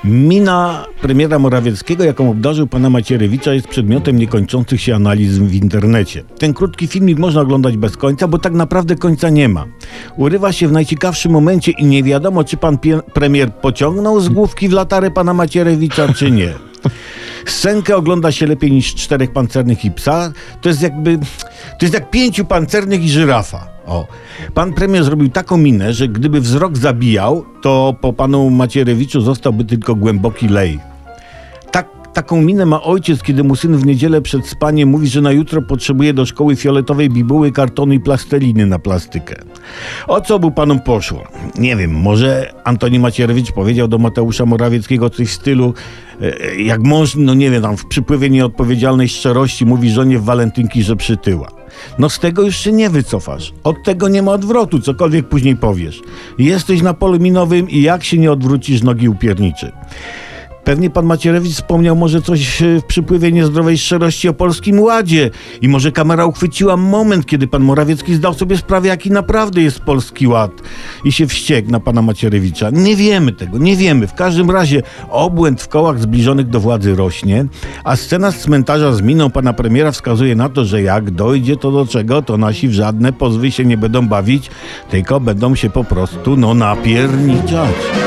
Mina premiera Morawieckiego, jaką obdarzył pana Macierewicza, jest przedmiotem niekończących się analiz w internecie. Ten krótki filmik można oglądać bez końca, bo tak naprawdę końca nie ma. Urywa się w najciekawszym momencie i nie wiadomo, czy pan premier pociągnął z główki w latarę pana Macierewicza, czy nie. Scenkę ogląda się lepiej niż 4 pancernych i psa. To jest jak 5 pancernych i żyrafa. O. Pan premier zrobił taką minę, że gdyby wzrok zabijał, to po panu Macierewiczu zostałby tylko głęboki lej. Taką minę ma ojciec, kiedy mu syn w niedzielę przed spaniem mówi, że na jutro potrzebuje do szkoły fioletowej bibuły, kartonu i plasteliny na plastykę. O co by panom poszło? Nie wiem, może Antoni Macierewicz powiedział do Mateusza Morawieckiego coś w stylu, jak mąż, no nie wiem, tam w przypływie nieodpowiedzialnej szczerości mówi żonie w walentynki, że przytyła. No z tego już się nie wycofasz. Od tego nie ma odwrotu, cokolwiek później powiesz. Jesteś na polu minowym i jak się nie odwrócisz, nogi upierniczy. Pewnie pan Macierewicz wspomniał może coś w przypływie niezdrowej szczerości o Polskim Ładzie i może kamera uchwyciła moment, kiedy pan Morawiecki zdał sobie sprawę, jaki naprawdę jest Polski Ład i się wściekł na pana Macierewicza. Nie wiemy tego, nie wiemy. W każdym razie obłęd w kołach zbliżonych do władzy rośnie, a scena z cmentarza z miną pana premiera wskazuje na to, że jak dojdzie to do czego, to nasi w żadne pozwy się nie będą bawić, tylko będą się po prostu napierniczać.